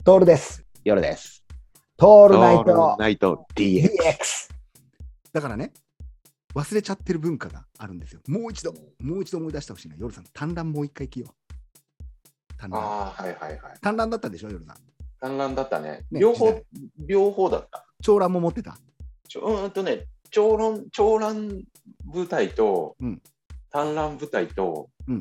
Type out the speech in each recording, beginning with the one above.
トールです。 夜です。 トールナイオールトナイト DX。 DX。だからね、忘れちゃってる文化があるんですよ。もう一度思い出してほしいな。夜さん、単乱もう一回着よう。単乱。 ああ、はいはいはい。 単乱だったでしょ、夜さん。 単乱だったね。 ね両方時代、 両方だった。 長乱も持ってた。 長乱部隊と、 うん、 単乱部隊と、 うん、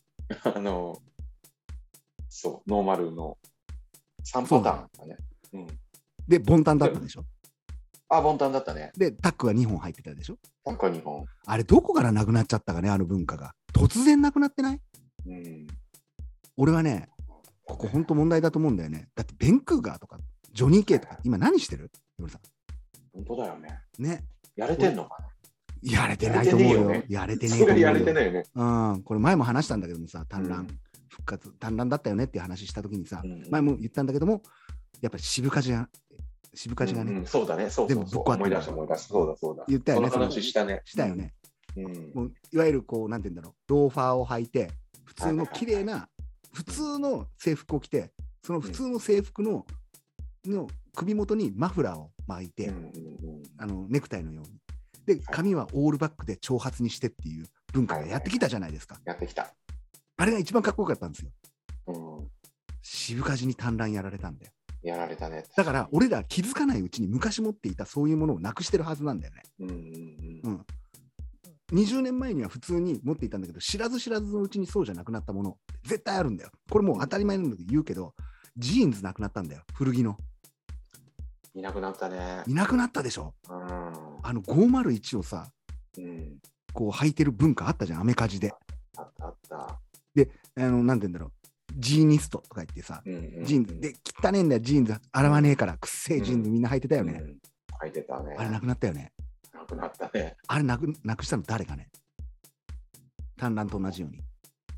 そう、ノーマルの3パターンだね。うん、 で、ボンタンだったでしょ。 あ、ボンタンだったね。 で、タックが2本入ってたでしょ。 タックは2本。 あれ、どこからなくなっちゃったかね、あの文化が。突然なくなってない？ うん、 俺はね、ここ本当問題だと思うんだよね。だって、ベンクーガーとか、ジョニー・ケイとか、今何してる？夜さん。 本当だよね。 ね。 やれてんのかな？ やれてないと思うよ。やれてねえと思うよ。 やれてないよね。 うん、これ前も話したんだけどもさ、単乱、 うん復活、単乱だったよねっていう話したときにさ、 うん前も言ったんだけども、やっぱり渋かじがね、 うん、そうだね。そうそうそう。思い出した。そうだ。 言ったよね。 その話したね。 したよね。 うん、 もういわゆるこう、なんて言うんだろう、ローファーを履いて、普通の綺麗な、普通の制服を着て、その普通の制服の首元にマフラーを巻いて、ネクタイのように。で、髪はオールバックで長髪にしてっていう文化がやってきたじゃないですか。 やってきた。 あれが一番かっこよかったんですよ。 うん、 渋かじに単乱やられたんだよ。 やられたね。 だから俺ら気づかないうちに昔持っていたそういうものをなくしてるはずなんだよね。20年前には普通に持っていたんだけど、知らず知らずのうちにそうじゃなくなったもの絶対あるんだよ。これもう当たり前なんだけど言うけど、ジーンズなくなったんだよ、古着の。 いなくなったね。 いなくなったでしょ。501をさ、こう履いてる文化あったじゃん、アメカジで。 あった。 で、なんて言うんだろう、ジーニストとか言ってさ、ジーンズで汚ねえんだよ、ジーンズ洗わねえから、くっせえジーンズみんな履いてたよね。 履いてたね。 あれなくなったよね。 なくなったね。 あれなくしたの誰かね。単乱と同じように。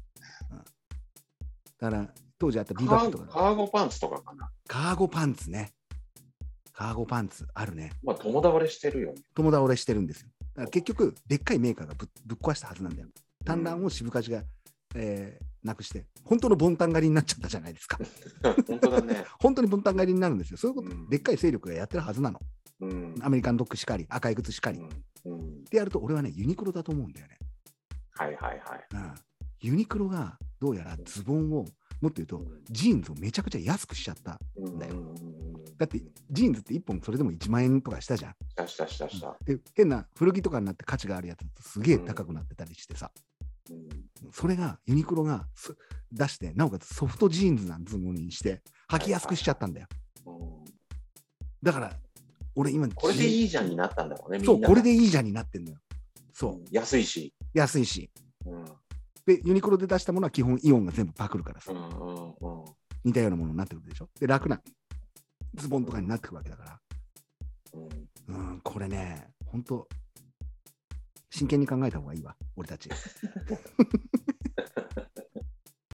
だから当時あったビバップとか。 カーゴパンツとかかな。 カーゴパンツね。カーゴパンツあるね。 まあ共倒れしてるよね。 共倒れしてるんですよ。だから結局でっかいメーカーがぶっ壊したはずなんだよ。単乱を渋かじが、なくして本当のボンタン狩りになっちゃったじゃないですか。 本当だね。 本当にボンタン狩りになるんですよ。そういうこと、でっかい勢力がやってるはずなの。アメリカンドッグしかり、赤い靴しかり。でやると俺はね、ユニクロだと思うんだよね。ユニクロがどうやらズボンをもっと言うとジーンズをめちゃくちゃ安くしちゃったんだよ。だってジーンズって1本それでも1万円とかしたじゃん。で変な古着とかになって価値があるやつだとすげえ高くなってたりしてさ、それがユニクロが出して、なおかつソフトジーンズなんズボンにして履きやすくしちゃったんだよ。だから俺今これでいいじゃんになったんだろうね。 そう、これでいいじゃんになってんだよ。そう、 安いし。 でユニクロで出したものは基本イオンが全部パクるからさ、似たようなものになってくるでしょ。で楽なズボンとかになってくるわけだから、これね、本当真剣に考えた方がいいわ、俺たち。